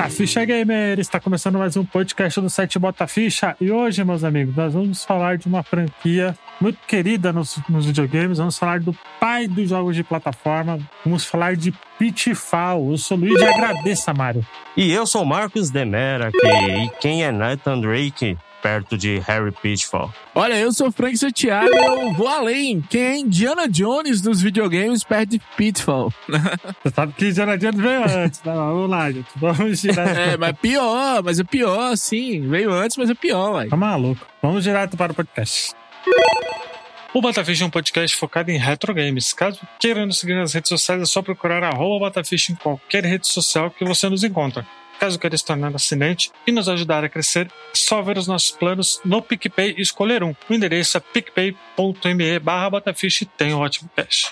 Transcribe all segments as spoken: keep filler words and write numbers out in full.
Bota Ficha Gamer! Está começando mais um podcast do site Bota Ficha. E hoje, meus amigos, nós vamos falar de uma franquia muito querida nos, nos videogames. Vamos falar do pai dos jogos de plataforma. Vamos falar de Pitfall. Eu sou o Luigi e agradeça, Mário. E eu sou o Marcos Demera aqui. E quem é Nathan Drake perto de Harry Pitfall? Olha, eu sou o Frank Santiago e eu vou além. Quem é Indiana Jones dos videogames perto de Pitfall? Você sabe que Indiana Jones veio antes, né? Vamos lá, gente. Vamos girar. É, mas pior, mas é pior, sim. Veio antes, mas é pior, ué. Tá maluco. Vamos direto para o podcast. O Botaficha é um podcast focado em retro games. Caso queira nos seguir nas redes sociais, é só procurar arroba Botaficha em qualquer rede social que você nos encontra. Caso queira se tornar assinante e nos ajudar a crescer, é só ver os nossos planos no PicPay e escolher um. O endereço é picpay.me barra Botaficha e tem um ótimo cash.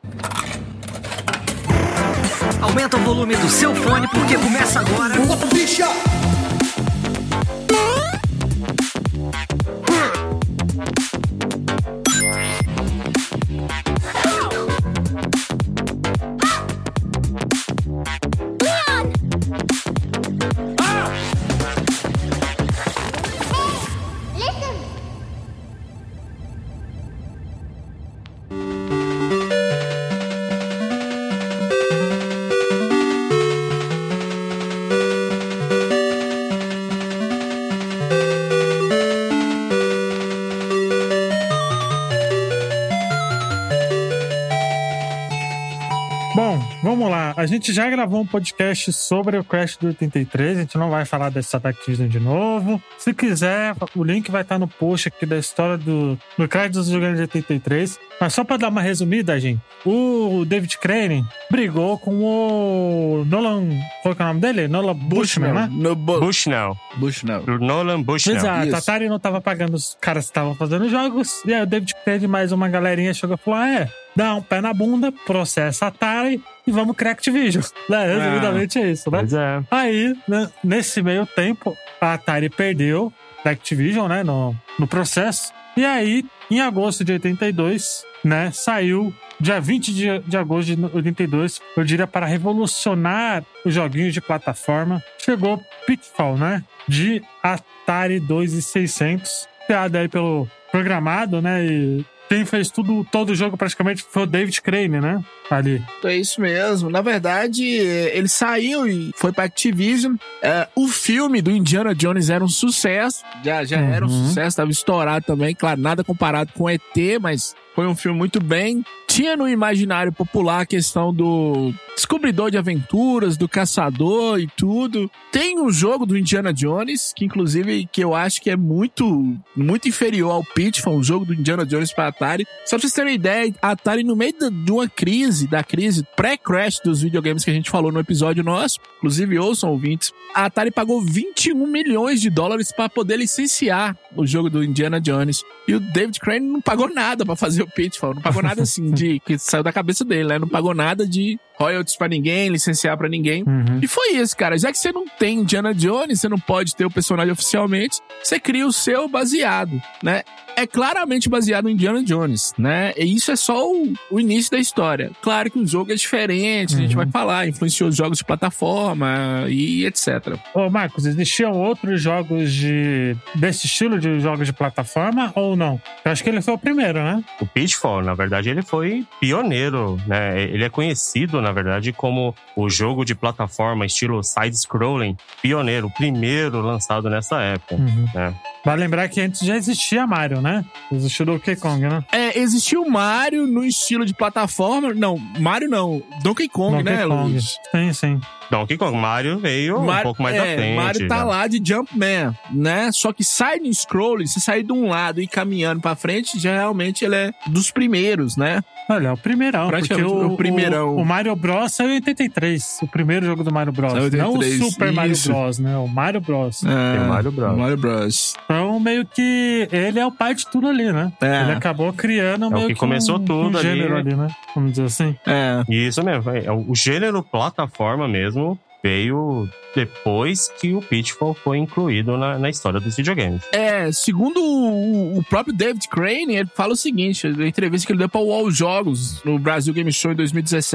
Aumenta o volume do seu fone porque começa agora. Botaficha! Vamos lá, a gente já gravou um podcast sobre o Crash do oitenta e três, a gente não vai falar dessa Activision de novo. Se quiser, o link vai estar no post aqui da história do, do Crash dos videogames de oitenta e três. Mas só pra dar uma resumida, gente, o David Crane brigou com o Nolan, qual que é o nome dele? Nolan Bushnell, né? No bu- Bushnell. Bushnell. Nolan Bushnell. Exato, a Atari não tava pagando os caras que estavam fazendo jogos, e aí o David Crane mais uma galerinha chegou e falou, ah, é, dá um pé na bunda, processa a Atari e vamos criar Activision. Né? Resumidamente é isso, né? Pois é. Aí, né, nesse meio tempo, a Atari perdeu da Activision, né, no, no processo. E aí, em agosto de oitenta e dois, né, saiu, dia vinte de, de agosto de oitenta e dois, eu diria, para revolucionar os joguinhos de plataforma, chegou Pitfall, né, de Atari dois mil e seiscentos, criado aí pelo programado, né, e quem fez tudo, todo o jogo praticamente foi o David Crane, né? Ali. É isso mesmo. Na verdade, ele saiu e foi pra Activision. É, o filme do Indiana Jones era um sucesso. Já, já uhum. era um sucesso, tava estourado também. Claro, nada comparado com E T, mas foi um filme muito bem. Tinha no imaginário popular a questão do descobridor de aventuras, do caçador e tudo. Tem um jogo do Indiana Jones, que inclusive que eu acho que é muito, muito inferior ao Pitfall, um jogo do Indiana Jones pra Atari. Só pra vocês terem uma ideia, a Atari, no meio de uma crise, da crise pré-crash dos videogames que a gente falou no episódio nosso, inclusive ouçam, ouvintes, a Atari pagou vinte e um milhões de dólares pra poder licenciar o jogo do Indiana Jones. E o David Crane não pagou nada pra fazer o Pitfall, não pagou nada assim de que saiu da cabeça dele, né? Não pagou nada de royalties pra ninguém, licenciar pra ninguém. Uhum. E foi isso, cara. Já que você não tem Indiana Jones, você não pode ter o personagem oficialmente, você cria o seu baseado, né? É claramente baseado em Indiana Jones, né? E isso é só o, o início da história. Claro que o jogo é diferente, uhum. a gente vai falar, influenciou os jogos de plataforma e etcétera. Ô, Marcos, existiam outros jogos de desse estilo de jogos de plataforma ou não? Eu acho que ele foi o primeiro, né? O Pitfall, na verdade, ele foi pioneiro, né? Ele é conhecido, na verdade, como o jogo de plataforma estilo side-scrolling pioneiro, o primeiro lançado nessa época, uhum. né? Vai lembrar que antes já existia Mario, né? Existiu o Donkey Kong, né? É, existiu o Mario no estilo de plataforma. Não, Mario não. Donkey Kong, Donkey né, Kong. Luiz? Sim, sim. Donkey Kong, Mario veio Mario, um pouco mais é, à frente. Mario tá já. lá de Jumpman, né? Só que side scrolling, você sair de um lado e ir caminhando pra frente, já realmente ele é dos primeiros, né? Olha, é o primeirão. Porque o, o primeirão. O, o Mario Bros saiu em oitenta e três. O primeiro jogo do Mario Bros. Não o Super Mario isso. Bros, né? O Mario Bros. É, Tem o Mario Bros. O Mario Bros. Então, meio que ele é o pai de tudo ali, né? É. Ele acabou criando É meio o que, que começou um, tudo um gênero ali. ali, né? Vamos dizer assim. É. Isso mesmo. É, o gênero plataforma mesmo veio depois que o Pitfall foi incluído na, na história dos videogames. É, segundo o, o próprio David Crane, ele fala o seguinte, na entrevista que ele deu para o All Jogos no Brasil Game Show em dois mil e dezessete.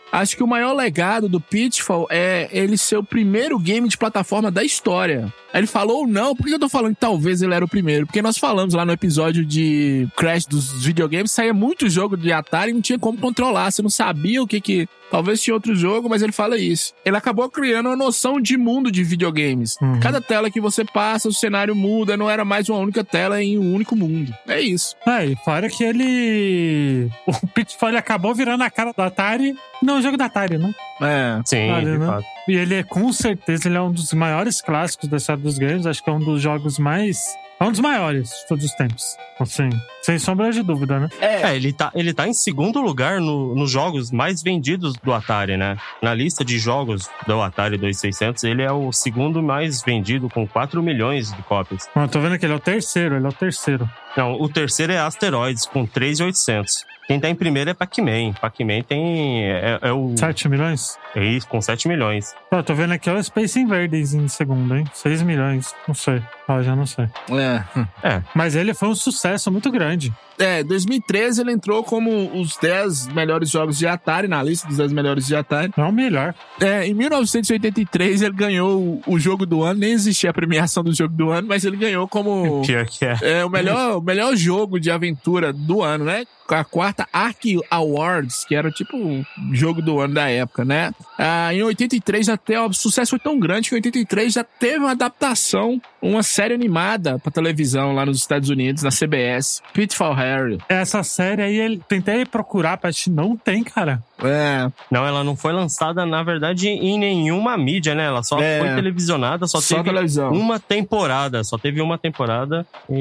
acho que o maior legado do Pitfall é ele ser o primeiro game de plataforma da história. Aí ele falou ou não, por que eu tô falando que talvez ele era o primeiro? Porque nós falamos lá no episódio de Crash dos videogames, saía muito jogo de Atari e não tinha como controlar, você não sabia o que que... Talvez tinha outro jogo, mas ele fala isso. Ele acabou criando uma noção de mundo de videogames. Uhum. Cada tela que você passa, o cenário muda, não era mais uma única tela em um único mundo. É isso. É, e fora que ele... O Pitfall ele acabou virando a cara do Atari. Não, o jogo da Atari, né? É. Sim, Atari, de né? fato. E ele é, com certeza, ele é um dos maiores clássicos da história dos games. Acho que é um dos jogos mais... É um dos maiores de todos os tempos. Assim, sem sombra de dúvida, né? É, ele tá, ele tá em segundo lugar no, nos jogos mais vendidos do Atari, né? Na lista de jogos do Atari dois mil e seiscentos, ele é o segundo mais vendido, com quatro milhões de cópias. Bom, eu tô vendo que ele é o terceiro, ele é o terceiro. Não, o terceiro é Asteroids, com três mil e oitocentos. Quem tá em primeiro é Pac-Man. Pac-Man tem... É, é o... sete milhões? É isso, com sete milhões. Pô, eu tô vendo aqui é o Space Invaders em segundo, hein? seis milhões. Não sei. Ah, já não sei. É. É. Mas ele foi um sucesso muito grande. É, em dois mil e treze ele entrou como os dez melhores jogos de Atari, na lista dos dez melhores de Atari. É o melhor. É, em mil novecentos e oitenta e três ele ganhou o, o jogo do ano, nem existia a premiação do jogo do ano, mas ele ganhou como... Pior que é. É, o melhor, o melhor jogo de aventura do ano, né? Com a quarta Arc Awards, que era tipo o jogo do ano da época, né? Ah, em oitenta e três já teve, o sucesso foi tão grande que em oitenta e três já teve uma adaptação, uma série animada pra televisão lá nos Estados Unidos, na C B S, Pitfall Harry. Essa série aí, ele tentei procurar pra assistir, não tem, cara. É. Não, ela não foi lançada, na verdade, em nenhuma mídia, né? Ela só É. foi televisionada, só, Só teve televisão. uma temporada. Só teve uma temporada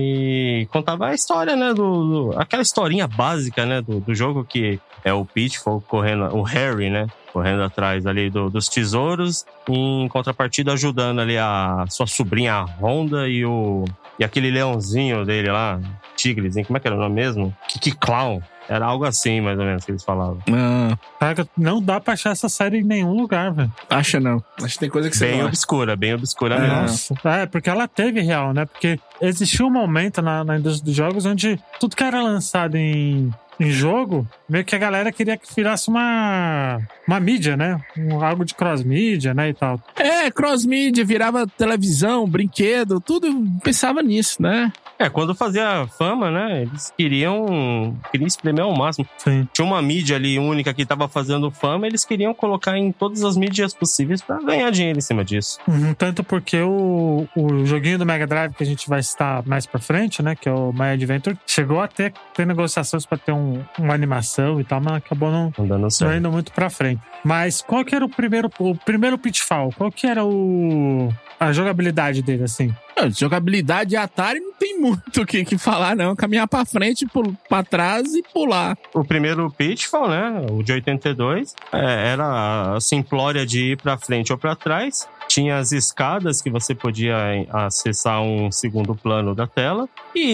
e contava a história, né? Do, do- aquela historinha básica, né? Do, do jogo, que é o Pitfall correndo, o Harry, né? Correndo atrás ali do- dos tesouros, em contrapartida ajudando ali a sua sobrinha, a Honda, e o e aquele leãozinho dele lá, tigrezinho, como é que era o nome mesmo? Kiki Clown. Era algo assim, mais ou menos, que eles falavam. Ah, Caraca, não dá pra achar essa série em nenhum lugar, velho. acha não. Acho que tem coisa que você Bem não acha. obscura, bem obscura É. mesmo. Nossa. É, porque ela teve real, né? Porque existiu um momento na, na indústria dos jogos onde tudo que era lançado em, em jogo, meio que a galera queria que virasse uma, uma mídia, né? Um, algo de cross-mídia, né? E tal. É, cross-mídia, virava televisão, brinquedo, tudo pensava nisso, né? É, quando fazia fama, né, eles queriam, queriam espremer ao máximo. Sim. Tinha uma mídia ali única que tava fazendo fama, eles queriam colocar em todas as mídias possíveis pra ganhar dinheiro em cima disso. Uhum, tanto porque o, o joguinho do Mega Drive que a gente vai citar mais pra frente, né? Que é o My Adventure, chegou a ter, ter negociações pra ter um, uma animação e tal, mas acabou não, Não dando não certo. indo muito pra frente. Mas qual que era o primeiro, o primeiro Pitfall? Qual que era o, a jogabilidade dele, assim? Ah, jogabilidade de Atari não tem muito o que, que falar, não. Caminhar pra frente, pul- pra trás e pular. O primeiro Pitfall, né, o de oitenta e dois, é, era a simplória de ir pra frente ou pra trás. Tinha as escadas que você podia acessar um segundo plano da tela.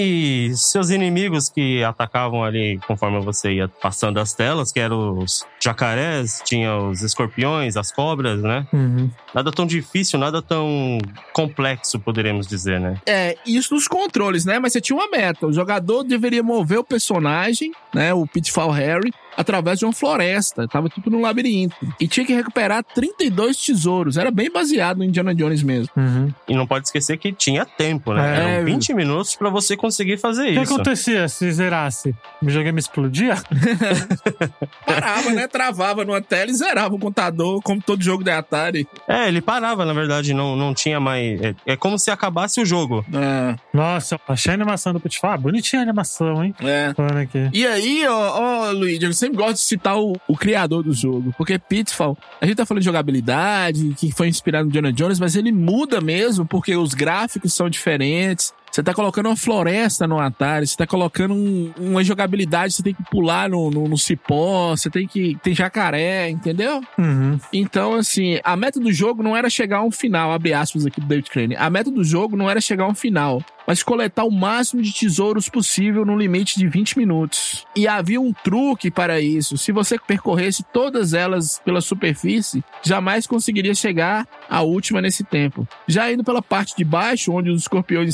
E seus inimigos que atacavam ali conforme você ia passando as telas, que eram os jacarés, tinha os escorpiões, as cobras, né? Uhum. Nada tão difícil, nada tão complexo, poderíamos dizer, né? É, isso nos controles, né? Mas você tinha uma meta. O jogador deveria mover o personagem, né? O Pitfall Harry, através de uma floresta. Tava tipo num labirinto. E tinha que recuperar trinta e dois tesouros. Era bem baseado no Indiana Jones mesmo. Uhum. E não pode esquecer que tinha tempo, né? É. Eram vinte minutos pra você conseguir fazer O que isso. acontecia se zerasse? O videogame explodia? Parava, né? Travava numa tela e zerava o contador, como todo jogo da Atari. É, ele parava, na verdade, não, não tinha mais... É, é como se acabasse o jogo. É, Nossa, achei a animação do Pitfall. Ah, bonitinha a animação, hein? é. Falando aqui. E aí, ó, ó, Luigi, eu sempre gosto de citar o, o criador do jogo, porque Pitfall, a gente tá falando de jogabilidade, que foi inspirado no Indiana Jones, mas ele muda mesmo, porque os gráficos são diferentes. Você tá colocando uma floresta no Atari, você tá colocando um, uma jogabilidade, você tem que pular no, no, no cipó, você tem que... tem jacaré, entendeu? Uhum. Então, assim, a meta do jogo não era chegar a um final, abre aspas aqui do David Crane. A meta do jogo não era chegar a um final, mas coletar o máximo de tesouros possível no limite de vinte minutos. E havia um truque para isso. Se você percorresse todas elas pela superfície, jamais conseguiria chegar à última nesse tempo. Já indo pela parte de baixo, onde os escorpiões estavam,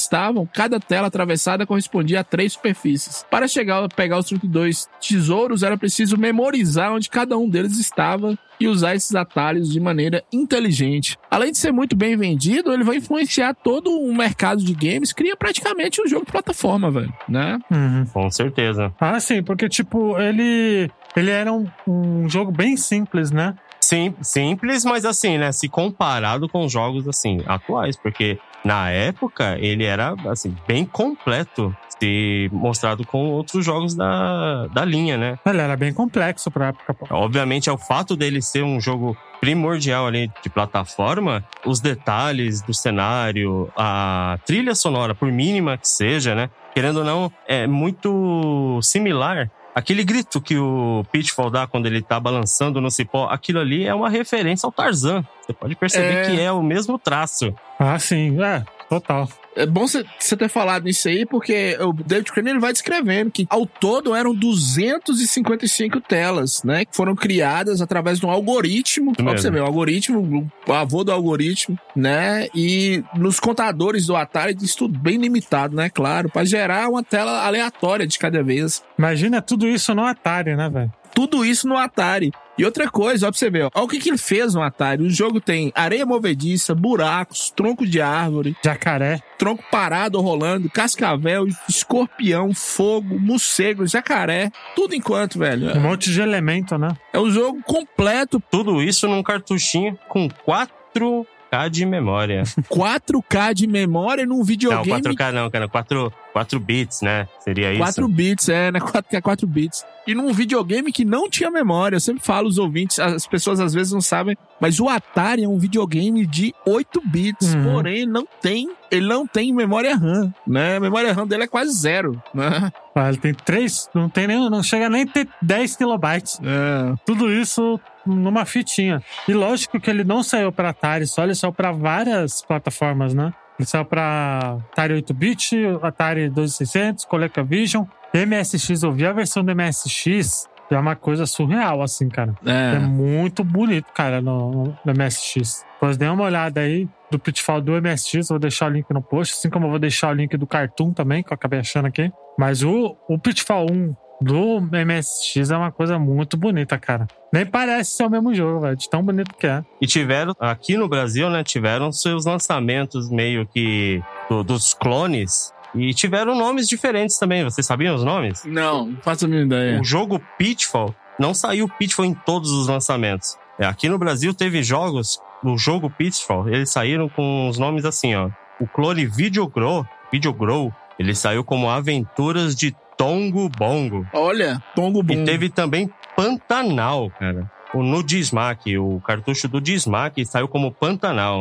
cada tela atravessada correspondia a três superfícies. Para chegar a pegar os trinta e dois tesouros, era preciso memorizar onde cada um deles estava e usar esses atalhos de maneira inteligente. Além de ser muito bem vendido, ele vai influenciar todo o mercado de games, cria praticamente um jogo de plataforma, velho, né? Uhum. Com certeza. Ah, sim, porque, tipo, ele, ele era um, um jogo bem simples, né? Sim, simples, mas assim, né? Se comparado com jogos, assim, atuais. Porque na época, ele era, assim, bem completo. Se mostrado com outros jogos da, da linha, né? Ele era bem complexo pra época. Pô. Obviamente, é o fato dele ser um jogo primordial ali de plataforma, os detalhes do cenário, a trilha sonora, por mínima que seja, né? Querendo ou não, é muito similar. Aquele grito que o Pitfall dá quando ele tá balançando no cipó, aquilo ali é uma referência ao Tarzan. Você pode perceber É... que é o mesmo traço. Ah, sim, é, total. É bom você ter falado isso aí, porque o David Crane ele vai descrevendo que ao todo eram duzentas e cinquenta e cinco telas, né? Que foram criadas através de um algoritmo. Olha pra você ver, o algoritmo, o avô do algoritmo, né? E nos contadores do Atari, isso tudo bem limitado, né? Claro, pra gerar uma tela aleatória de cada vez. Imagina tudo isso no Atari, né, velho? Tudo isso no Atari. E outra coisa, ó pra você ver, ó, olha o que, que ele fez no Atari. O jogo tem areia movediça, buracos, tronco de árvore, jacaré, tronco parado ou rolando, cascavel, escorpião, fogo, morcego, jacaré, tudo enquanto, velho. Um monte de elemento, né? É um jogo completo. Tudo isso num cartuchinho com quatro K de memória. quatro K de memória num videogame. Não, quatro K não, cara. quatro bits, né? Seria isso? quatro bits, é, né? quatro K, quatro bits. E num videogame que não tinha memória. Eu sempre falo, os ouvintes, as pessoas às vezes não sabem, mas o Atari é um videogame de oito bits. Uhum. Porém, não tem, ele não tem memória RAM, né? A memória RAM dele é quase zero, né? Ah, ele tem três, não tem nem, não chega nem a ter dez kilobytes. É. Tudo isso numa fitinha. E lógico que ele não saiu pra Atari só, ele saiu pra várias plataformas, né? Ele saiu pra Atari oito bit, Atari dois mil e seiscentos, ColecoVision, M S X. Eu vi a versão do M S X, é uma coisa surreal, assim, cara. É, é muito bonito, cara, no, no M S X. Depois dê uma olhada aí do Pitfall do M S X, eu vou deixar o link no post, assim como eu vou deixar o link do Cartoon também, que eu acabei achando aqui. Mas o, o Pitfall um do M S X é uma coisa muito bonita, cara. Nem parece ser o mesmo jogo, velho, de tão bonito que é. E tiveram, aqui no Brasil, né, tiveram seus lançamentos meio que do, dos clones. E tiveram nomes diferentes também. Vocês sabiam os nomes? Não, não faço a minha ideia. O jogo Pitfall, não saiu Pitfall em todos os lançamentos. É, aqui no Brasil teve jogos, o jogo Pitfall, eles saíram com os nomes assim, ó. O clone Videogrow, Videogrow, ele saiu como Aventuras de Tongo Bongo. Olha, Tongo Bongo. E teve também Pantanal, cara. O no Dismac, o cartucho do Dismac saiu como Pantanal.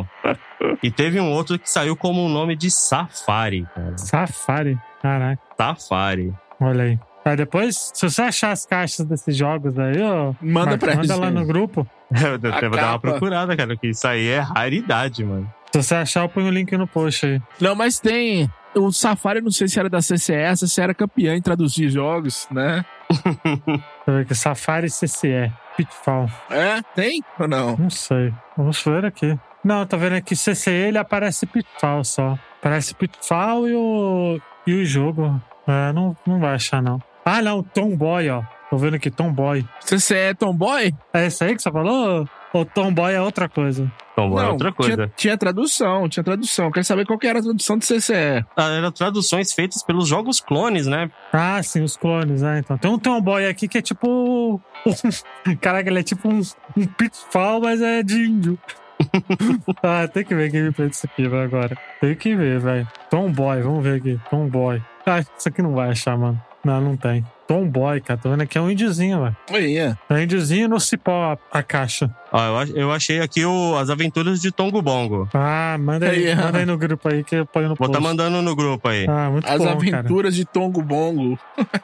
E teve um outro que saiu como o nome de Safari, cara. Safari? Caraca. Safari. Olha aí. Aí depois, se você achar as caixas desses jogos aí, ó, manda Marcos, pra manda gente. lá no grupo. Eu devo dar uma procurada, cara, porque isso aí é raridade, mano. Se você achar, eu ponho o link no post aí. Não, mas tem... O Safari, não sei se era da C C S, se era campeã em traduzir jogos, né? Deixa eu ver aqui. Safari C C E. Pitfall. É? Tem ou não? Não sei. Vamos ver aqui. Não, tá vendo aqui C C E, ele aparece Pitfall só. Aparece Pitfall e o, e o jogo. É, não, não vai achar, não. Ah, não. Tomboy, ó. Tô vendo aqui, Tomboy. C C E é Tomboy? É isso aí que você falou? Ou Tomboy é outra coisa? Tomboy não, é outra coisa. Tinha, tinha tradução, tinha tradução. Quero saber qual que era a tradução do C C E. Ah, eram traduções feitas pelos jogos clones, né? Ah, sim, os clones, né? Então, tem um Tomboy aqui que é tipo... Caraca, ele é tipo um, um Pitfall, mas é de índio. Ah, tem que ver gameplay disso aqui, velho, agora. Tem que ver, velho. Tomboy, vamos ver aqui. Tomboy. Ah, isso aqui não vai achar, mano. Não, não tem. Tomboy, cara. Tô vendo aqui é um índiozinho, velho. É. É um índiozinho no cipó, a, a caixa. Ó, eu, eu achei aqui o, as aventuras de Tongo Bongo. Ah, manda aí, Yeah. manda aí no grupo aí que eu ponho no Vou post. tá mandando no grupo aí. Ah, muito As bom, aventuras cara. de Tongo Bongo.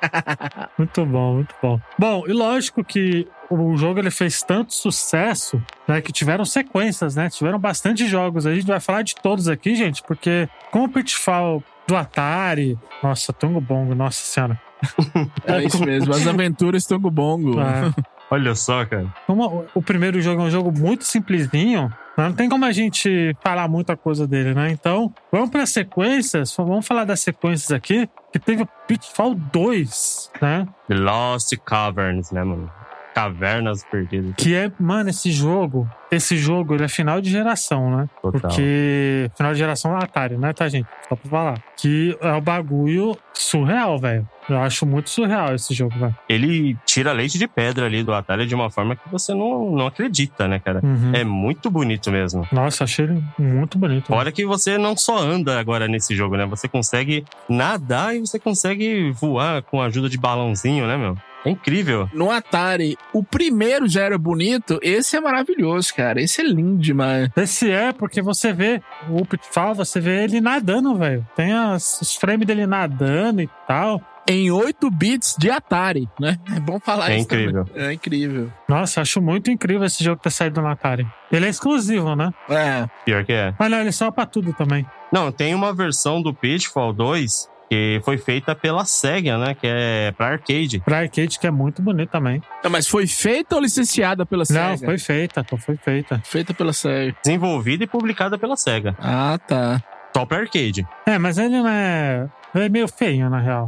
Muito bom, muito bom. Bom, e lógico que o jogo ele fez tanto sucesso, né, que tiveram sequências, né? Tiveram bastante jogos. A gente vai falar de todos aqui, gente, porque com o Pitfall do Atari, nossa, Tongo Bongo, nossa senhora. É isso mesmo, as aventuras Tongo Bongo. Ah. Olha só, cara. Como o primeiro jogo é um jogo muito simplesinho, Não tem como a gente falar muita coisa dele, né? Então, vamos para as sequências. Vamos falar das sequências aqui. Que teve o Pitfall dois, né? The Lost Caverns, né, mano? Cavernas Perdidas. Que é, mano, esse jogo... Esse jogo, ele é final de geração, né? Total. Porque... Final de geração da Atari, né, tá, gente? Só pra falar. Que é um bagulho surreal, velho. Eu acho muito surreal esse jogo, velho. Ele tira leite de pedra ali do Atari de uma forma que você não, não acredita, né, cara? Uhum. É muito bonito mesmo. Nossa, achei ele muito bonito. Fora que você não só anda agora nesse jogo, né? Você consegue nadar e você consegue voar com a ajuda de balãozinho, né, meu? É incrível. No Atari, o primeiro já era bonito, esse é maravilhoso, cara. Esse é lindo demais. Esse é porque você vê o Pitfall, você vê ele nadando, velho. Tem as, os frames dele nadando e tal. Em oito bits de Atari, né? É bom falar é isso incrível. também. É incrível. Nossa, acho muito incrível esse jogo ter saído no Atari. Ele é exclusivo, né? É. Pior que é. Mas não, ele saiu pra tudo também. Não, tem uma versão do Pitfall dois que foi feita pela Sega, né? Que é pra arcade. Pra arcade, que é muito bonito também. Não, mas foi feita ou licenciada pela Sega? Não, foi feita, foi feita. Feita pela Sega. Desenvolvida e publicada pela Sega. Ah, tá. Só pra arcade. É, mas ele não é... Ele é meio feio, na real.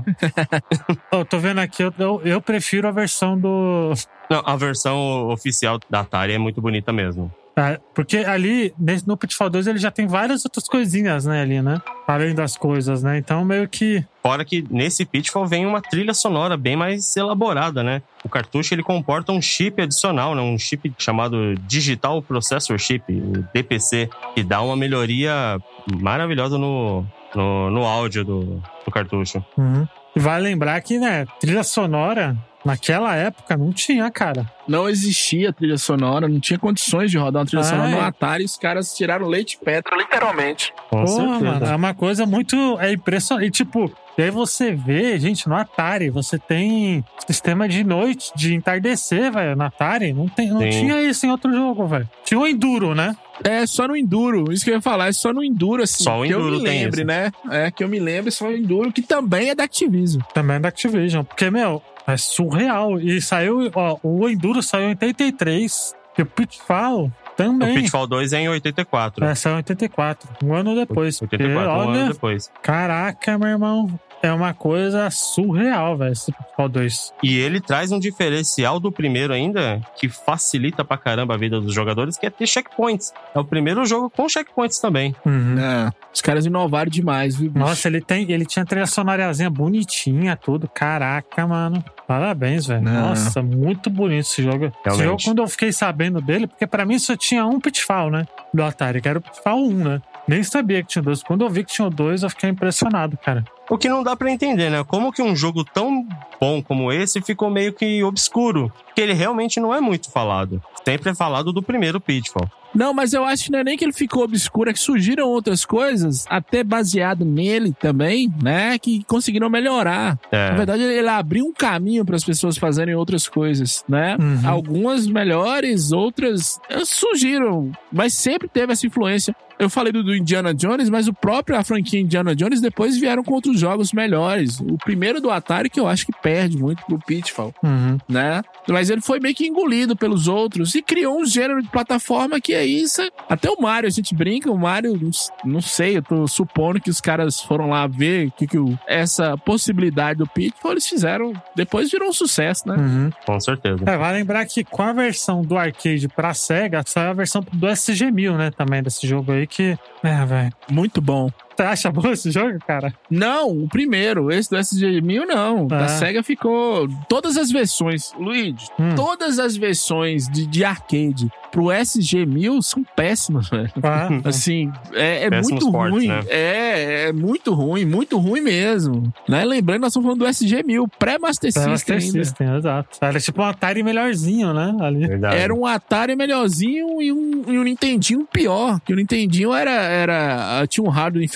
Eu tô vendo aqui, eu, eu, eu prefiro a versão do... Não, a versão oficial da Atari é muito bonita mesmo. É, porque ali, nesse, no Pitfall dois, ele já tem várias outras coisinhas, né, ali, né? Além das coisas, né? Então, meio que... Fora que nesse Pitfall vem uma trilha sonora bem mais elaborada, né? O cartucho, ele comporta um chip adicional, né? Um chip chamado Digital Processor Chip, o D P C, que dá uma melhoria maravilhosa no, no, no áudio do, do cartucho. Uhum. E vale lembrar que, né, trilha sonora... Naquela época não tinha, cara. Não existia trilha sonora, não tinha condições de rodar uma trilha Ai. sonora no Atari. Os caras tiraram leite de pedra, literalmente. Com Pô, certeza. mano, é uma coisa muito... É impressionante. E, tipo, e aí você vê, gente, no Atari, você tem sistema de noite, de entardecer, velho, no Atari. Não, tem, não tinha isso em outro jogo, velho. Tinha o Enduro, né? É, só no Enduro. Isso que eu ia falar, é só no Enduro, assim. Só o que Enduro eu me tem lembre, isso. né? É, que eu me lembre, só o Enduro, que também é da Activision. Também é da Activision. Porque, meu, é surreal. E saiu, ó, o Enduro saiu em oitenta e três. E o Pitfall também. O Pitfall dois é em oitenta e quatro. É, saiu em oitenta e quatro. Um ano depois. oitenta e quatro, porque, um olha, ano depois. Caraca, meu irmão. É uma coisa surreal, velho, esse Pitfall dois. E ele traz um diferencial do primeiro ainda, que facilita pra caramba a vida dos jogadores, que é ter checkpoints. É o primeiro jogo com checkpoints também. Uhum. É, os caras inovaram demais, viu, bicho? Nossa, ele, tem, ele tinha trilha sonoriazinha bonitinha, tudo. Caraca, mano. Parabéns, velho. Não. Nossa, muito bonito esse jogo. Esse Realmente. jogo, quando eu fiquei sabendo dele, porque pra mim só tinha um Pitfall, né? Do Atari, que era o Pitfall um, né? Nem sabia que tinha dois. Quando eu vi que tinha dois, eu fiquei impressionado, cara. O que não dá pra entender, né? Como que um jogo tão bom como esse ficou meio que obscuro? Porque ele realmente não é muito falado. Sempre é falado do primeiro Pitfall. Não, mas eu acho que não é nem que ele ficou obscuro, é que surgiram outras coisas, até baseado nele também, né? Que conseguiram melhorar. É. Na verdade, ele abriu um caminho para as pessoas fazerem outras coisas, né? Uhum. Algumas melhores, outras surgiram, mas sempre teve essa influência. Eu falei do, do Indiana Jones, mas o próprio a franquia Indiana Jones depois vieram com outros jogos melhores. O primeiro do Atari, que eu acho que perde muito pro Pitfall, Uhum. né? Mas ele foi meio que engolido pelos outros e criou um gênero de plataforma que é isso. Até o Mario, a gente brinca, o Mario, não, não sei, eu tô supondo que os caras foram lá ver que, que o, essa possibilidade do Pitfall eles fizeram, depois virou um sucesso, né? Uhum. Com certeza. É, vale lembrar que com a versão do arcade pra Sega, saiu a versão do S G mil, né? Também desse jogo aí que... É, velho. Muito bom. Você acha bom esse jogo, cara? Não, o primeiro, esse do S G mil não. Ah. Da Sega ficou... Todas as versões, Luigi, Hum. todas as versões de, de arcade pro S G mil são péssimas, velho. Ah, Assim, é, é Péssimos muito ports, ruim. né? É, é muito ruim, muito ruim mesmo. Né? Lembrando, nós estamos falando do S G mil, pré-Master System Master ainda. System, exato. Era tipo um Atari melhorzinho, né? Ali. Verdade. Era um Atari melhorzinho e um, e um Nintendinho pior. Que o Nintendinho era, era, tinha um hardware inferior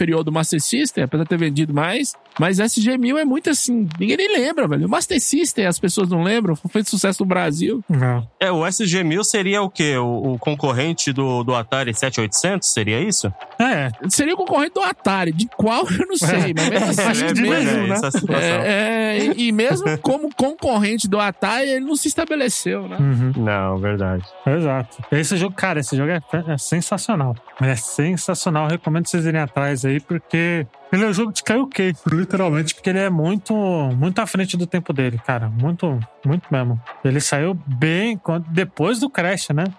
superior do Master System, apesar de ter vendido mais. Mas S G mil é muito assim, ninguém nem lembra, velho. O Master System, as pessoas não lembram, foi feito sucesso no Brasil. Não. É, o S G mil seria o quê? O, o concorrente do, do Atari sete mil e oitocentos? Seria isso? É. Seria o concorrente do Atari, de qual eu não sei, mas mesmo assim, Acho que de mesmo, mesmo, né? essa situação. É, é, e mesmo como concorrente do Atari, ele não se estabeleceu, né? Uhum. Não, verdade. Exato. Esse jogo, cara, esse jogo é, é sensacional. É sensacional. Eu recomendo vocês irem atrás aí, porque ele é um jogo de cair o queixo, literalmente, porque ele é muito, muito à frente do tempo dele, cara. Muito, muito mesmo. Ele saiu bem quando- depois do Crash, né?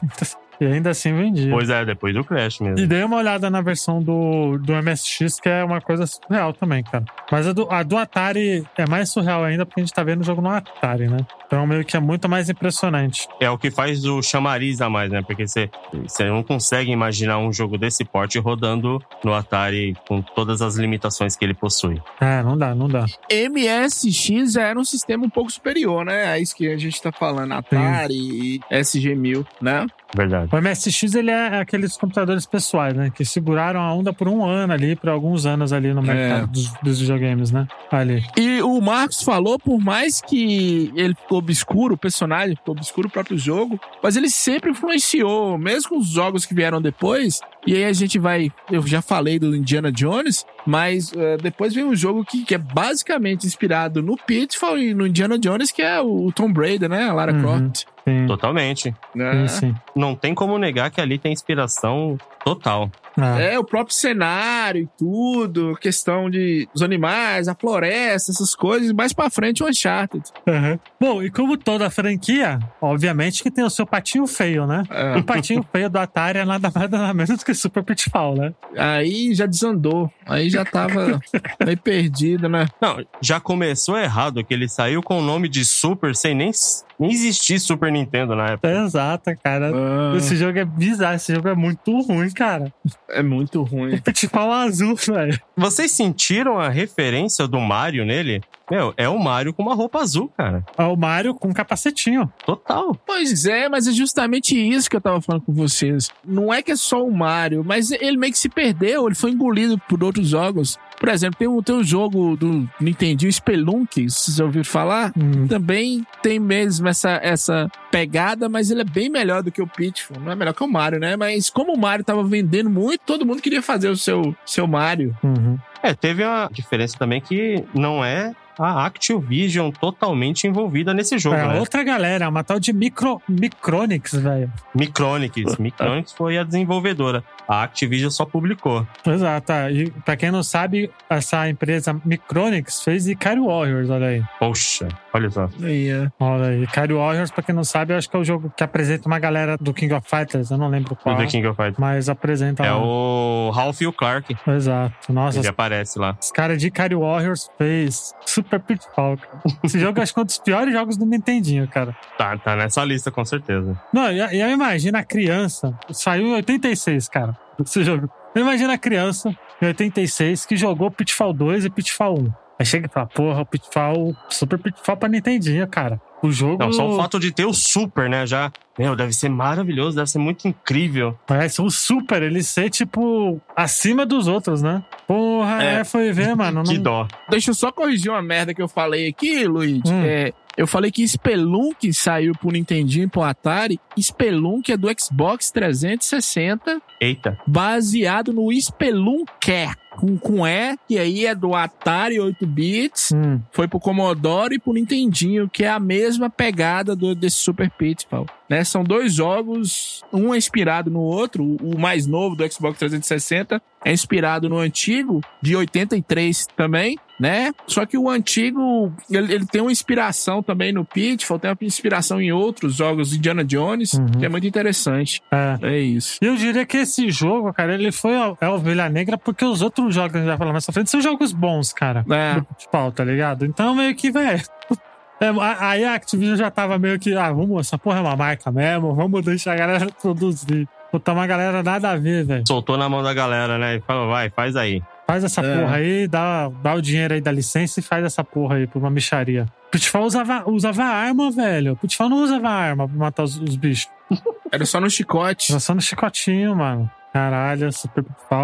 E ainda assim vendia. Pois é, depois do Crash mesmo. E dei uma olhada na versão do, do M S X, que é uma coisa surreal também, cara. Mas a do, a do Atari é mais surreal ainda, porque a gente tá vendo o jogo no Atari, né? Então meio que é muito mais impressionante. É o que faz o chamariz a mais, né? Porque você, você não consegue imaginar um jogo desse porte rodando no Atari com todas as limitações que ele possui. É, não dá, não dá. M S X era um sistema um pouco superior, né? É isso que a gente tá falando, Atari e S G mil, né? Verdade. O M S X, ele é aqueles computadores pessoais, né? Que seguraram a onda por um ano ali, por alguns anos ali no mercado É. dos, dos videogames, né? Ali. E o Marcos falou, por mais que ele ficou obscuro, o personagem ficou obscuro, o próprio jogo, mas ele sempre influenciou, mesmo com os jogos que vieram depois. E aí a gente vai, eu já falei do Indiana Jones, mas uh, depois vem um jogo que, que é basicamente inspirado no Pitfall e no Indiana Jones, que é o Tomb Raider, né? A Lara Uhum. Croft. Sim, Totalmente. Né? sim, sim. Não tem como negar que ali tem inspiração total. Ah. É, o próprio cenário e tudo, questão de os animais, a floresta, essas coisas. Mais pra frente, o Uncharted. Uhum. Bom, e como toda franquia, obviamente que tem o seu patinho feio, né? É. O patinho feio do Atari é nada mais nada menos que Super Pitfall, né? Aí já desandou. Aí já tava meio perdido, né? Não, já começou errado, que ele saiu com o nome de Super sem nem, nem existir Super Nintendo na época. Exato, cara. Ah, Esse jogo é bizarro, esse jogo é muito ruim, cara. é muito ruim. Pitfall azul, velho. Vocês sentiram a referência do Mario nele? Meu, é o Mario com uma roupa azul, cara. É o Mario com um capacetinho. Total. Pois é, mas é justamente isso que eu tava falando com vocês. Não é que é só o Mario, mas ele meio que se perdeu, ele foi engolido por outros jogos. Por exemplo, tem um, tem um jogo do Nintendo, Spelunky, vocês já ouviram falar? Hum. Também tem mesmo essa, essa pegada, mas ele é bem melhor do que o Pitfall. Não é melhor que o Mario, né? Mas como o Mario tava vendendo muito, todo mundo queria fazer o seu, seu Mario. Uhum. É, teve uma diferença também que não é a Activision totalmente envolvida nesse jogo, É né? outra galera, uma tal de micro, Micronix, velho. Micronix. Micronix foi a desenvolvedora. A Activision só publicou. Exato. ah, E pra quem não sabe, essa empresa Micronix fez Ikari Warriors, olha aí. Poxa, olha só. Aí, é. Olha aí. Ikari Warriors, pra quem não sabe, eu acho que é o jogo que apresenta uma galera do King of Fighters, eu não lembro Do qual. The King of Fighters. Mas apresenta É lá. o Ralph e o Clark. Exato. Nossa, Ele aparece lá. os caras de Ikari Warriors fez Super Pitfall, cara. Esse jogo eu acho que é um dos piores jogos do Nintendinho, cara. Tá, tá nessa lista, com certeza. Não, e e eu imagino a criança. Saiu em oitenta e seis, cara. Esse jogo. Eu imagino a criança em oitenta e seis que jogou Pitfall dois e Pitfall um. Aí chega e fala, porra, o Pitfall, Super Pitfall pra Nintendinho, cara. O jogo. Não, só o fato de ter o Super, né? Já, meu, deve ser maravilhoso, deve ser muito incrível. Parece um Super, ele ser, tipo, acima dos outros, né? Porra, é, É. foi ver, mano. Que não- dó. Deixa eu só corrigir uma merda que eu falei aqui, Luiz. Hum. É, eu falei que Spelunk saiu pro Nintendinho e pro Atari. Spelunk é do Xbox trezentos e sessenta, Eita. baseado no Spelunker, com, com E, que aí é do Atari oito bits. Hum. Foi pro Commodore e pro Nintendinho, que é a mesma pegada do, desse Super Pitfall. Né? São dois jogos, um é inspirado no outro. O, o mais novo do Xbox trezentos e sessenta é inspirado no antigo, de oitenta e três também, né? Só que o antigo, ele, ele tem uma inspiração também no Pitfall, tem uma inspiração em outros jogos de Indiana Jones, Uhum. que é muito interessante. É. É isso. E eu diria que esse jogo, cara, ele foi a, é a ovelha negra porque os outros jogos que a gente vai falar mais pra frente são jogos bons, cara. É. Do Pitfall, tá ligado? Então, meio que, velho. É, a- aí a Activision já tava meio que, ah, vamos, essa porra é uma marca mesmo, vamos deixar a galera produzir. Botar uma galera nada a ver, velho. Soltou na mão da galera, né? E falou, vai, faz aí. Faz essa É. porra aí, dá, dá o dinheiro aí da licença e faz essa porra aí pra uma micharia. Pitfall usava, usava arma, velho. Pitfall não usava arma pra matar os, os bichos. Era só no chicote. Era só no chicotinho, mano. Caralho, Super Pitfall,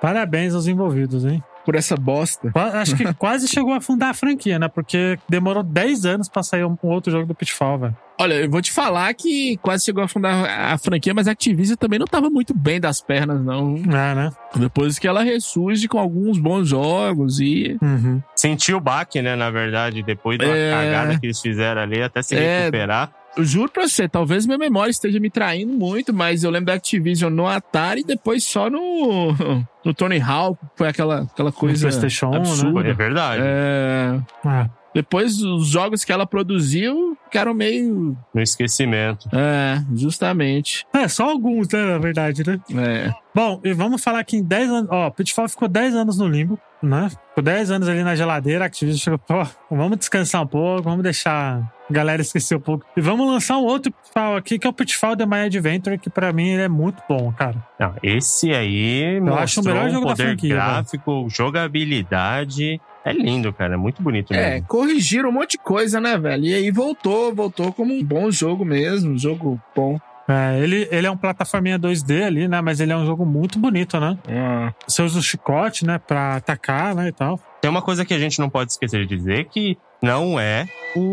Parabéns aos envolvidos, hein? Por essa bosta. Acho que quase chegou a fundar a franquia, né? Porque demorou dez anos pra sair um outro jogo do Pitfall, velho. Olha, eu vou te falar que quase chegou a fundar a franquia, mas a Activision também não tava muito bem das pernas, não. É, né? Depois que ela ressurge com alguns bons jogos e... Uhum. Sentiu o baque, né, na verdade, depois da É... cagada que eles fizeram ali, até se É... recuperar. Eu juro pra você, talvez minha memória esteja me traindo muito, mas eu lembro da Activision no Atari e depois só no, no Tony Hawk, foi aquela, aquela coisa PlayStation um, absurda. É verdade. É... É. Depois, os jogos que ela produziu ficaram meio... No esquecimento. É, justamente. É, só alguns, né, na verdade, né? É. Bom, e vamos falar que em dez anos... Ó, Pitfall ficou dez anos no limbo, né? Ficou dez anos ali na geladeira, a Activision chegou, pô, vamos descansar um pouco, vamos deixar a galera esquecer um pouco. E vamos lançar um outro Pitfall aqui, que é o Pitfall The My Adventure, que pra mim ele é muito bom, cara. Não, esse aí Eu acho o melhor mostrou jogo um da poder franquia, gráfico, jogabilidade... É lindo, cara. É muito bonito mesmo. É, corrigiram um monte de coisa, né, velho? E aí voltou, voltou como um bom jogo mesmo, um jogo bom. É, ele, ele é um plataforminha dois D ali, né? Mas ele é um jogo muito bonito, né? Ah. Você usa o chicote, né? Pra atacar, né? E tal. Tem uma coisa que a gente não pode esquecer de dizer, que não é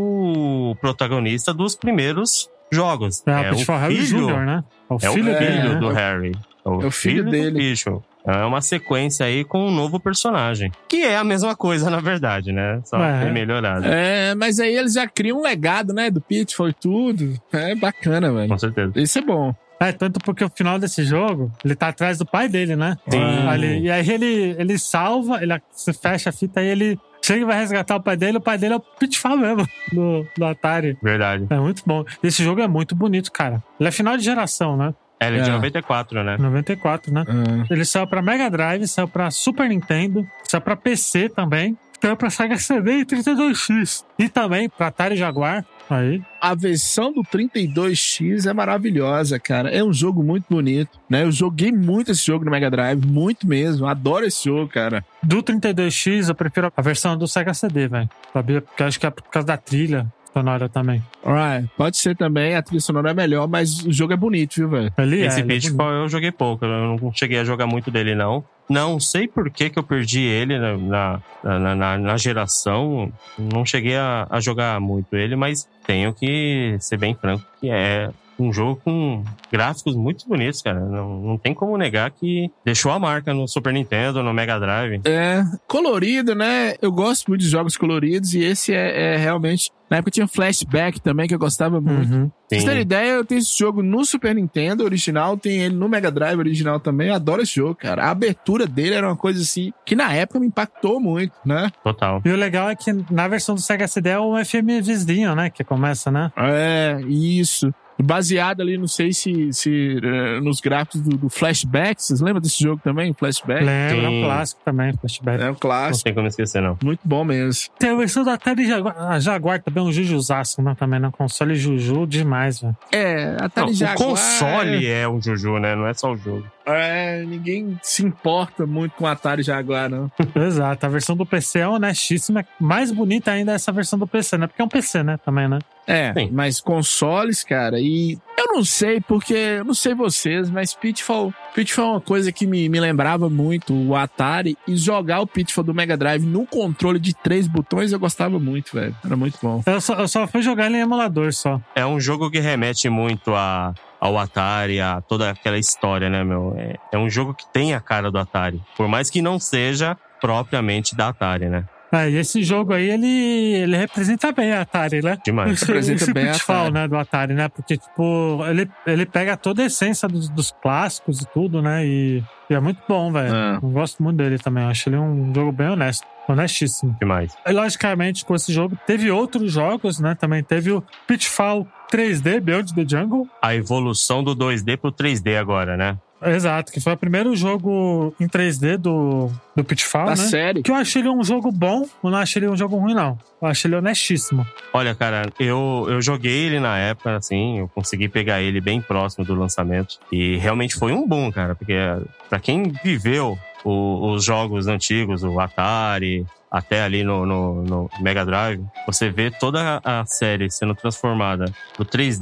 o protagonista dos primeiros jogos. É, É, o o Pitfall Harry filho, Júnior, né? É o é filho o dele, filho né? do Harry. É o, É o filho filho dele. do bicho. É uma sequência aí com um novo personagem. Que é a mesma coisa, na verdade, né? Só É. bem melhorado. É, mas aí eles já criam um legado, né, do Pitfall e tudo. É bacana, velho. Com certeza. Isso é bom. É, tanto porque o final desse jogo, ele tá atrás do pai dele, né? Sim. Ali, e aí ele, ele salva, ele se fecha a fita, aí ele chega e vai resgatar o pai dele, o pai dele é o Pitfall mesmo, do, do Atari. Verdade. É muito bom. Esse jogo é muito bonito, cara. Ele é final de geração, né? É, ele é de É. noventa e quatro, né? noventa e quatro, né? Ah. Ele saiu pra Mega Drive, saiu pra Super Nintendo, saiu pra P C também, saiu pra Sega C D e trinta e dois X. E também pra Atari Jaguar. Aí. A versão do trinta e dois X é maravilhosa, cara. É um jogo muito bonito, né? Eu joguei muito esse jogo no Mega Drive, muito mesmo. Adoro esse jogo, cara. Do trinta e dois X, eu prefiro a versão do Sega C D, velho. Sabia? Porque eu acho que é por causa da trilha sonora também. Alright, pode ser também, a trilha sonora é melhor, mas o jogo é bonito, viu, velho? Ele Esse é, ele é Pitfall eu joguei pouco, eu não cheguei a jogar muito dele, não. Não sei por que que eu perdi ele na, na, na, na, na geração. Não cheguei a, a jogar muito ele, mas tenho que ser bem franco, que é um jogo com gráficos muito bonitos, cara. Não, não tem como negar que deixou a marca no Super Nintendo, no Mega Drive. É, colorido, né? Eu gosto muito de jogos coloridos e esse é, é realmente... Na época tinha Flashback também, que eu gostava muito. Uhum. Pra vocês Sim. terem ideia, eu tenho esse jogo no Super Nintendo original, tem ele no Mega Drive original também. Eu adoro esse jogo, cara. A abertura dele era uma coisa assim, que na época me impactou muito, né? Total. E o legal é que na versão do Sega C D é o F M vizinho, né? Que começa, né? É, isso. Baseado ali, não sei se, se uh, nos gráficos do, do Flashback. Vocês lembram desse jogo também, Flashback? Lembra, é um Sim. clássico também, Flashback. É um Não clássico. tem como esquecer, não. Muito bom mesmo. Tem a versão da Atari Jaguar, a Jaguar também, um Jujuzaço, né? Também, né? Console Juju demais, velho. É, a Não, Atari o Jaguar... console é um Juju, né? Não é só o jogo. É, ninguém se importa muito com o Atari Jaguar, não. Exato, a versão do P C é honestíssima. Mais bonita ainda é essa versão do P C, né? Porque é um P C, né? Também, né? É, Sim. mas consoles, cara, e eu não sei, porque eu não sei vocês, mas Pitfall, Pitfall é uma coisa que me, me lembrava muito o Atari, e jogar o Pitfall do Mega Drive no controle de três botões eu gostava muito, velho. Era muito bom. Eu só, eu só fui jogar ele em emulador só. É um jogo que remete muito a, ao Atari, a toda aquela história, né, meu? É, é um jogo que tem a cara do Atari. Por mais que não seja propriamente da Atari, né? É, e esse jogo aí, ele, ele representa bem a Atari, né? Demais. Esse, Representa esse bem a Pitfall, Atari. né, do Atari, né? Porque, tipo, ele, ele pega toda a essência dos, dos clássicos e tudo, né? E, e é muito bom, velho. É. Eu gosto muito dele também. Eu acho ele um jogo bem honesto. Honestíssimo. Demais. E, logicamente, com esse jogo, teve outros jogos, né? Também teve o Pitfall três D, Beyond the Jungle. A evolução do dois D pro três D agora, né? Exato, que foi o primeiro jogo em três D do, do Pitfall, Da né? série. Que eu achei ele um jogo bom, eu não achei ele um jogo ruim, não. Eu achei ele honestíssimo. Olha, cara, eu, eu joguei ele na época, assim, eu consegui pegar ele bem próximo do lançamento. E realmente foi um boom, cara, porque pra quem viveu o, os jogos antigos, o Atari, até ali no, no, no Mega Drive, você vê toda a série sendo transformada pro três D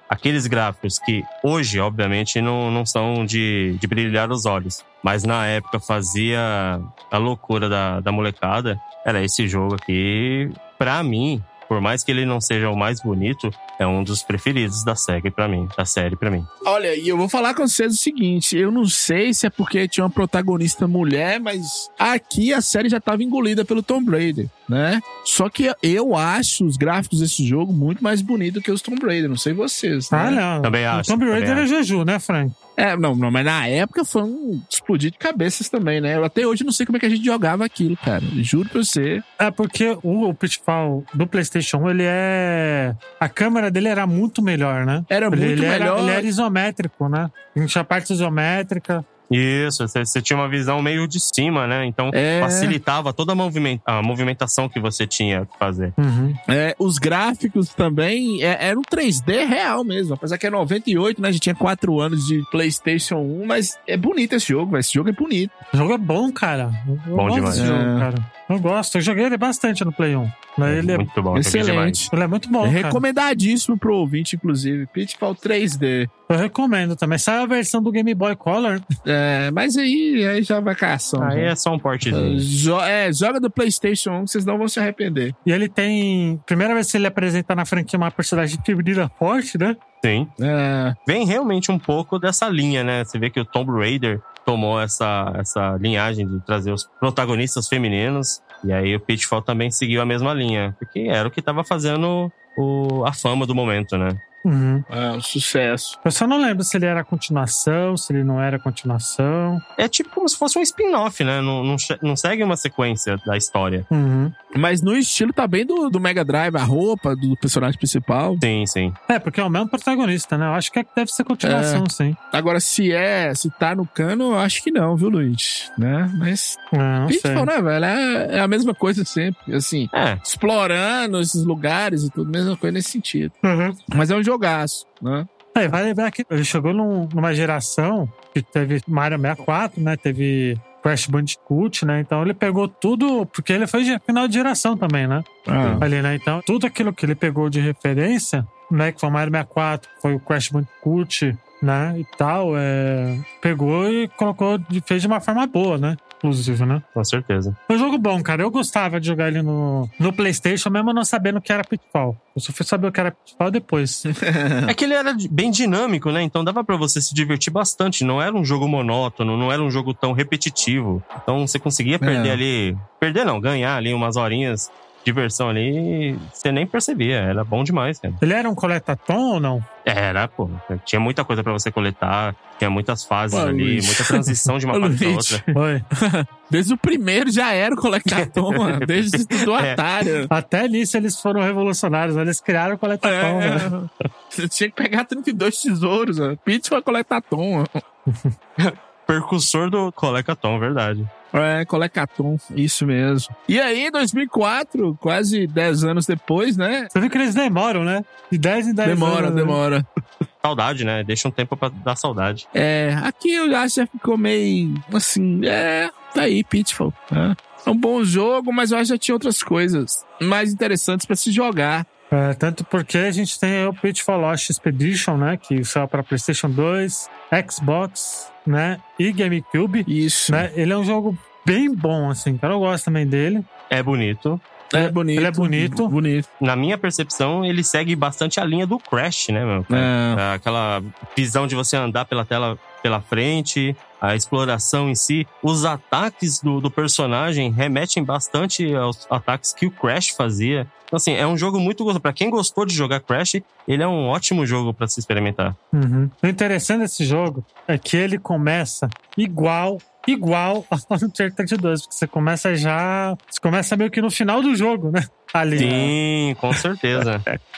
aqueles gráficos que hoje, obviamente, não, não são de, de brilhar os olhos. Mas na época fazia a loucura da, da molecada. Era esse jogo aqui, pra mim, por mais que ele não seja o mais bonito, é um dos preferidos da série pra mim, da série pra mim. Olha, e eu vou falar com vocês o seguinte, eu não sei se é porque tinha uma protagonista mulher, mas aqui a série já tava engolida pelo Tomb Raider, né? Só que eu acho os gráficos desse jogo muito mais bonitos que os Tomb Raider, não sei vocês, né? Ah, não. Também acho. O Tomb Raider é Juju, né, Frank? É, não, não, mas na época foi um explodir de cabeças também, né? Eu até hoje não sei como é que a gente jogava aquilo, cara. Juro pra você. É porque o, o Pitfall do PlayStation um, ele é... A câmera dele era muito melhor, né? Era ele, muito ele melhor. Era, ele era isométrico, né? A gente tinha parte isométrica. Isso, você, você tinha uma visão meio de cima, né? Então É. facilitava toda a, movimenta- a movimentação que você tinha que fazer. Uhum. É, os gráficos também é, era um três D real mesmo. Apesar que é noventa e oito, né? A gente tinha quatro anos de PlayStation um, mas é bonito esse jogo, esse jogo é bonito. O jogo é bom, cara. Eu Bom gosto demais. desse É. jogo, cara. Eu gosto. Eu joguei ele bastante no Play um. Mas ele é, Muito bom, joguei demais. Excelente. ele é muito bom, É cara. recomendadíssimo pro ouvinte, inclusive. Pitfall três D. Eu recomendo também. Sai a versão do Game Boy Color. É, mas aí, aí já vai cação. Aí já. é só um portezinho. Jo- é, joga do PlayStation um, vocês não vão se arrepender. E ele tem... Primeira vez que ele apresenta na franquia uma personagem feminina forte, né? Sim. É, Vem realmente um pouco dessa linha, né? Você vê que o Tomb Raider tomou essa, essa linhagem de trazer os protagonistas femininos. E aí o Pitfall também seguiu a mesma linha. Porque era o que tava fazendo o, a fama do momento, né? Uhum. é um sucesso. Eu só não lembro se ele era continuação, se ele não era continuação. É tipo como se fosse um spin-off, né? Não, não, che- não segue uma sequência da história. Uhum. Mas no estilo tá bem do, do Mega Drive, a roupa do personagem principal. Sim, sim. É, porque é o mesmo protagonista, né? Eu acho que é- deve ser continuação, sim. Agora, se é, se tá no cano, eu acho que não, viu, Luiz? Né? Mas É, não sei. Pitfall, né, velho? É, é a mesma coisa sempre. Assim, É, explorando esses lugares e tudo, mesma coisa nesse sentido. Uhum. Mas é um jogaço, né? É, vai lembrar que ele chegou num- numa geração que teve Mario sessenta e quatro, né? Teve Crash Bandicoot, né? Então ele pegou tudo, porque ele foi de final de geração também, né? Ah, Ali, né? Então tudo aquilo que ele pegou de referência, né? Que foi o Mario sessenta e quatro, foi o Crash Bandicoot, né? E tal, é... pegou e colocou, fez de uma forma boa, né? Inclusive, né? com certeza. É um jogo bom, cara. Eu gostava de jogar ele no, no PlayStation, mesmo não sabendo que era Pitfall. Eu só fui saber o que era Pitfall depois. É que ele era bem dinâmico, né? Então dava pra você se divertir bastante. Não era um jogo monótono, não era um jogo tão repetitivo. Então você conseguia perder É. ali... Perder não, ganhar ali umas horinhas de diversão ali, você nem percebia. Era bom demais, cara. Ele era um coletatom ou não? Era, pô. Tinha muita coisa pra você coletar. Tinha muitas fases Pô, ali, Luiz. muita transição de uma Ô, fase pra Luiz. outra. Oi. desde o primeiro já era o Colectatom, mano. Desde do É. Atari. Até nisso eles foram revolucionários, né? Eles criaram o coletatom, né? É, você tinha que pegar trinta e dois tesouros, mano. Pitfall Colectatom, mano. Percursor do Colecaton, verdade. É, Colecaton, isso mesmo. E aí, em dois mil e quatro, quase dez anos depois, né? Você viu que eles demoram, né? De dez em dez Demora, anos. né? demora. Saudade, né? Deixa um tempo pra dar saudade. É, aqui eu acho que já ficou meio assim, é, tá aí, Pitfall. Né? É um bom jogo, mas eu acho que já tinha outras coisas mais interessantes pra se jogar. É, tanto porque a gente tem o Pitfall Lost Expedition, né? Que saiu pra PlayStation dois, Xbox, né? E GameCube. Isso. Né? Ele é um jogo bem bom, assim, cara. Eu gosto também dele. É bonito. É bonito. Ele é bonito. Bonito. Na minha percepção, ele segue bastante a linha do Crash, né, meu? É. Aquela visão de você andar pela tela pela frente, a exploração em si. Os ataques do, do personagem remetem bastante aos ataques que o Crash fazia. Então, assim, é um jogo muito gostoso. Pra quem gostou de jogar Crash, ele é um ótimo jogo pra se experimentar. Uhum. O interessante desse jogo é que ele começa igual, igual ao Uncharted dois, porque você começa já... Você começa meio que no final do jogo, né? Ali. Sim, com certeza.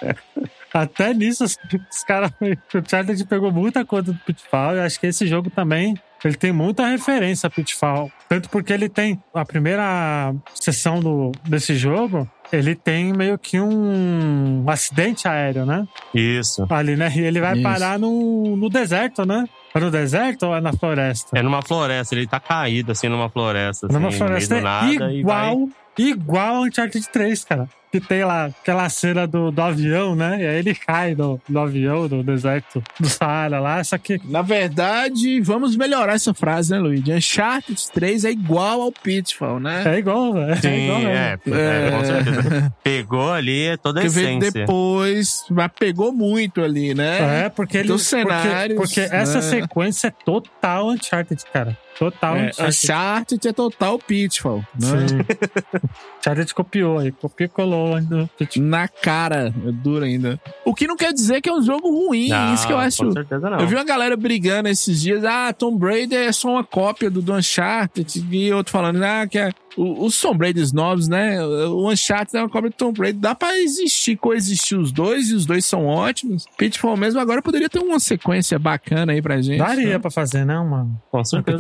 Até nisso, os, os caras... O Uncharted pegou muita coisa do Pitfall, e acho que esse jogo também... Ele tem muita referência a Pitfall. Tanto porque ele tem... A primeira sessão do, desse jogo... Ele tem meio que um, um acidente aéreo, né? Isso. Ali, né? E ele vai Isso. parar no, no deserto, né? É no deserto ou é na floresta? É numa floresta, ele tá caído assim numa floresta. Numa assim, floresta no meio do nada, igual, e vai... igual ao Uncharted três, cara. que tem lá aquela cena do, do avião, né? E aí ele cai do, do avião, do deserto do Saara lá, só que... Na verdade, vamos melhorar essa frase, né, Luigi? Uncharted três é igual ao Pitfall, né? É igual, velho. Sim, é, igual mesmo. é, é, com certeza. Pegou ali toda a Que veio essência. depois, mas pegou muito ali, né? É, porque ele... Dos cenários, Porque, porque essa né? sequência é total Uncharted, cara. Total É, Uncharted. Uncharted é total Pitfall, né? Sim. Uncharted copiou aí. Copiou e colou ainda. Na cara, é duro ainda. O que não quer dizer que é um jogo ruim, Não, isso que eu acho. com certeza não. Eu vi uma galera brigando esses dias, ah, Tomb Raider é só uma cópia do, do Uncharted, e outro falando, ah, que é o- os Tomb Raiders novos, né? O Uncharted é uma cópia do Tomb Raider. Dá pra existir, coexistir os dois, e os dois são ótimos. Pitfall mesmo agora poderia ter uma sequência bacana aí pra gente. Daria né? pra fazer, né? Uma... Com certeza.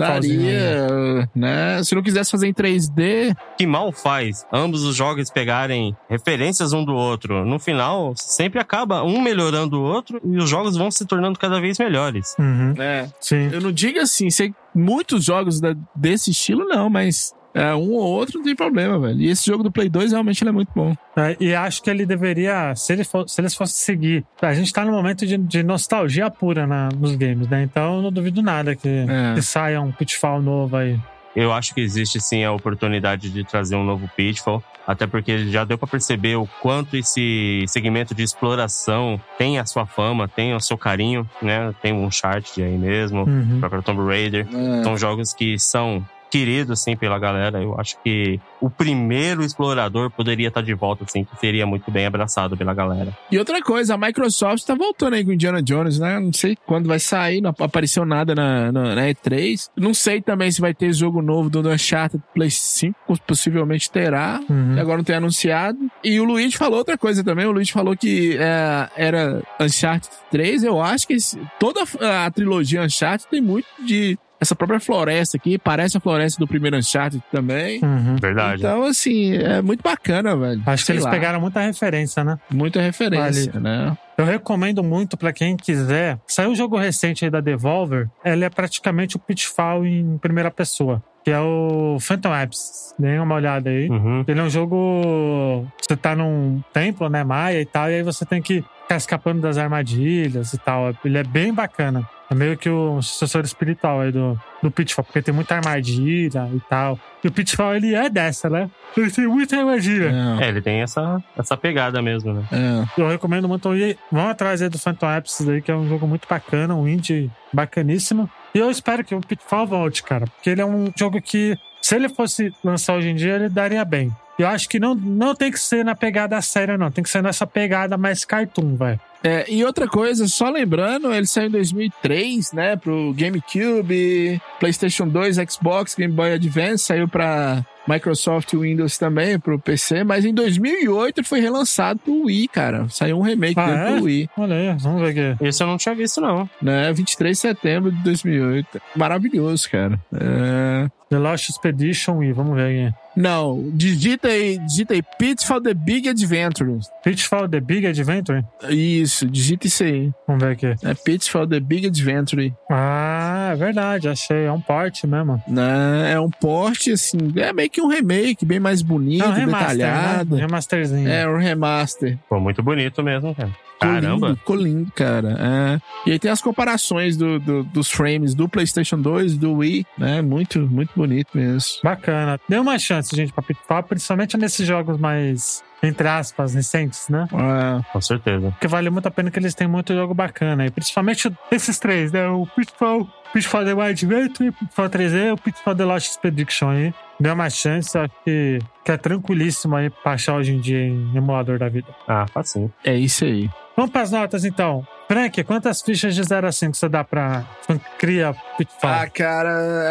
Daria, né? Se não quisesse fazer em três D, Que mal faz ambos os jogos pegarem referências um do outro. No final, sempre acaba um melhorando o outro e os jogos vão se tornando cada vez melhores. Uhum. né? Sim. Eu não digo assim, sei muitos jogos da- desse estilo não, mas é, um ou outro não tem problema, velho. E esse jogo do Play dois realmente ele é muito bom. É, e acho que ele deveria, se, ele for, se eles fossem seguir, a gente tá num momento de, de nostalgia pura na, nos games, né? Então eu não duvido nada que, É. que saia um Pitfall novo aí. Eu acho que existe sim a oportunidade de trazer um novo Pitfall, até porque já deu pra perceber o quanto esse segmento de exploração tem a sua fama, tem o seu carinho, né? Tem o Uncharted aí mesmo, Uhum. o próprio Tomb Raider. É. São jogos que são queridos, assim, pela galera. Eu acho que o primeiro explorador poderia estar de volta, assim, que seria muito bem abraçado pela galera. E outra coisa, a Microsoft tá voltando aí com Indiana Jones, né? Não sei quando vai sair, não apareceu nada na, na, na E três. Não sei também se vai ter jogo novo do Uncharted Play cinco, possivelmente terá. Uhum. E agora não tem anunciado. E o Luigi falou outra coisa também. O Luigi falou que é, era Uncharted três. Eu acho que esse- toda a, a trilogia Uncharted tem muito de... Essa própria floresta aqui, parece a floresta do primeiro Uncharted também. Uhum. Verdade. Então, assim, é muito bacana, velho. Acho que Sei eles lá, pegaram muita referência, né? muita referência, né? Eu recomendo muito pra quem quiser. Saiu um jogo recente aí da Devolver. Ele é praticamente o Pitfall em primeira pessoa, que é o Phantom Apps. Dê uma olhada aí. Uhum. Ele é um jogo... Você tá num templo, né, maia e tal, e aí você tem que ficar escapando das armadilhas e tal. Ele é bem bacana. É meio que o sucessor espiritual aí do, do Pitfall, porque tem muita armadilha e tal. E o Pitfall, ele é dessa, né? Ele tem muita armadilha. É, É, ele tem essa, essa pegada mesmo, né? é. Eu recomendo muito. E vão atrás aí do Phantom Apps aí, que é um jogo muito bacana, um indie bacaníssimo. E eu espero que o Pitfall volte, cara, porque ele é um jogo que, se ele fosse lançar hoje em dia, ele daria bem. Eu acho que não, não tem que ser na pegada séria, não. Tem que ser nessa pegada mais cartoon, velho. É, e outra coisa, só lembrando, ele saiu em dois mil e três, né, pro GameCube, PlayStation dois, Xbox, Game Boy Advance, saiu pra Microsoft Windows também, pro P C, mas em dois mil e oito ele foi relançado pro Wii, cara. Saiu um remake Ah, dele é? pro Wii, Olha aí, vamos ver aqui. Esse eu não tinha visto, não. né, vinte e três de setembro de dois mil e oito. Maravilhoso, cara. É... The Lost Expedition e vamos ver aqui. Não, digita aí, digita aí, Pitfall The Big Adventure. Pitfall The Big Adventure? Isso, digita isso aí. Vamos ver aqui. É Pitfall The Big Adventure. Ah, é verdade, achei. É um porte mesmo. Né? É um porte, assim, é meio que um remake, bem mais bonito, É um remaster, detalhado. né? Um remasterzinho. É um remaster. Ficou muito bonito mesmo, cara. Ficou Caramba. lindo, ficou lindo, cara. É. E aí tem as comparações do, do- dos frames do PlayStation dois, do Wii, né? Muito, muito bonito mesmo. Bacana. Dê uma chance, gente, pra Pitfall, principalmente nesses jogos mais, entre aspas, recentes, né? É. Com certeza. Porque vale muito a pena que eles têm muito jogo bacana. E principalmente esses três, né? O Pitfall, Pitfall The Wild Adventure, Pitfall três D e o Pitfall The Lost Expedition aí. Dê uma chance, acho que, que é tranquilíssimo aí pra achar hoje em dia em emulador da vida. Ah, facinho. É isso aí. Vamos pras notas, então. Frank, quantas fichas de zero a cinco você dá pra cria Pitfall? Ah, cara,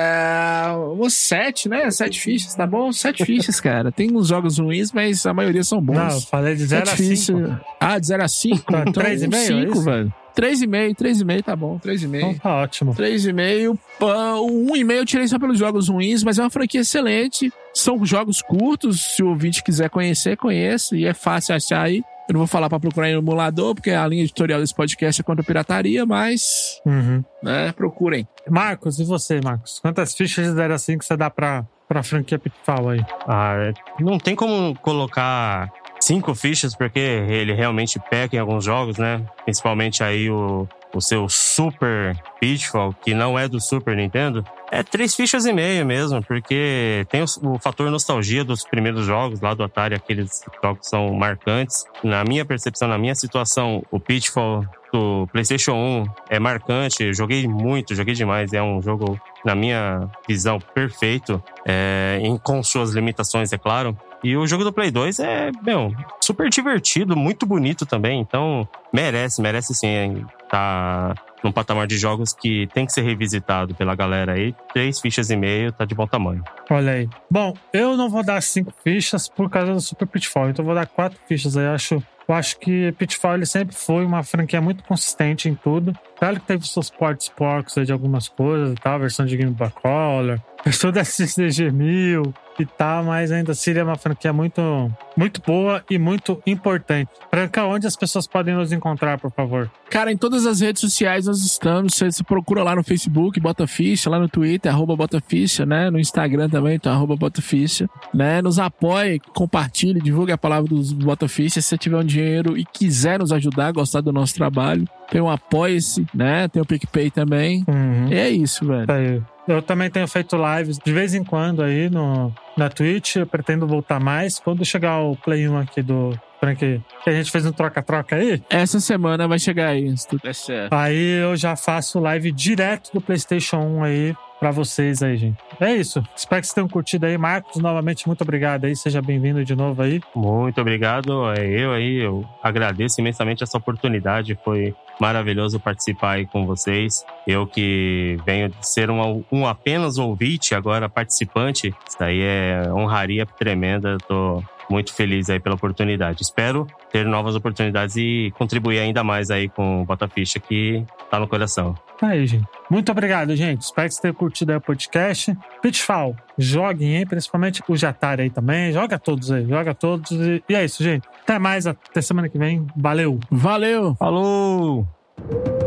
é... uns sete, né? Sete fichas, tá bom? Sete fichas, cara. Tem uns jogos ruins, mas a maioria são bons. Não, eu falei de zero a Sete cinco. fichas. Ah, de zero a cinco? Tá, Então, três e meio, é cinco, isso? velho. três e meio, três e meio, tá bom. três e meio. Então tá ótimo. três e meio. O um e meio eu tirei só pelos jogos ruins, mas é uma franquia excelente. São jogos curtos, se o ouvinte quiser conhecer, conheça. E é fácil achar aí. Eu não vou falar pra procurar em emulador, porque a linha editorial desse podcast é contra a pirataria, mas, Uhum. né, procurem. Marcos, e você, Marcos? Quantas fichas de zero a cinco você dá pra, pra franquia Pitfall aí? Ah, é- não tem como colocar cinco fichas, porque ele realmente peca em alguns jogos, né? Principalmente aí o, o seu Super Pitfall, que não é do Super Nintendo. É três fichas e meia mesmo, porque tem o, o fator nostalgia dos primeiros jogos lá do Atari, aqueles jogos que são marcantes. Na minha percepção, na minha situação, o Pitfall do PlayStation um é marcante. Eu joguei muito, joguei demais. É um jogo, na minha visão, perfeito, é, em, com suas limitações, é claro. E o jogo do Play dois é, meu, super divertido, muito bonito também. Então, merece, merece sim tá num patamar de jogos que tem que ser revisitado pela galera aí. Três fichas e meio, tá de bom tamanho. Olha aí. Bom, eu não vou dar cinco fichas por causa do Super Pitfall, então eu vou dar quatro fichas aí. Eu acho, eu acho que Pitfall ele sempre foi uma franquia muito consistente em tudo. Claro que teve seus portes porcos aí de algumas coisas e tal, versão de Game Boy Color, versão da C C G mil e tal, mas ainda assim é uma franquia muito, muito boa e muito importante. Franca, onde as pessoas podem nos encontrar, por favor? Cara, em todas as redes sociais nós estamos. Você, você procura lá no Facebook, bota ficha, lá no Twitter, arroba bota ficha, né? No Instagram também, então arroba bota ficha, né? Nos apoie, compartilhe, divulgue a palavra dos bota ficha. Se você tiver um dinheiro e quiser nos ajudar, gostar do nosso trabalho, tem o Apoia-se, né? Tem o PicPay também. Uhum. E é isso, velho. Tá aí. Eu também tenho feito lives de vez em quando aí no, na Twitch. Eu pretendo voltar mais. Quando chegar o Play um aqui do Frank, que a gente fez um troca-troca aí. Essa semana vai chegar aí, se tudo der certo. Aí eu já faço live direto do PlayStation um aí pra vocês aí, gente. É isso. Espero que vocês tenham curtido aí. Marcos, novamente, muito obrigado aí. Seja bem-vindo de novo aí. Muito obrigado. Eu aí, eu agradeço imensamente essa oportunidade. Foi maravilhoso participar aí com vocês. Eu que venho de ser um, um apenas ouvinte, agora participante. Isso daí é honraria tremenda. Tô muito feliz aí pela oportunidade. Espero ter novas oportunidades e contribuir ainda mais aí com o Bota Ficha, que tá no coração. Aí, gente. Muito obrigado, gente. Espero que vocês tenham curtido aí o podcast. Pitfall, joguem aí, principalmente o de Atari aí também. Joga todos aí, joga todos. E é isso, gente. Até mais, até semana que vem. Valeu. Valeu. Falou!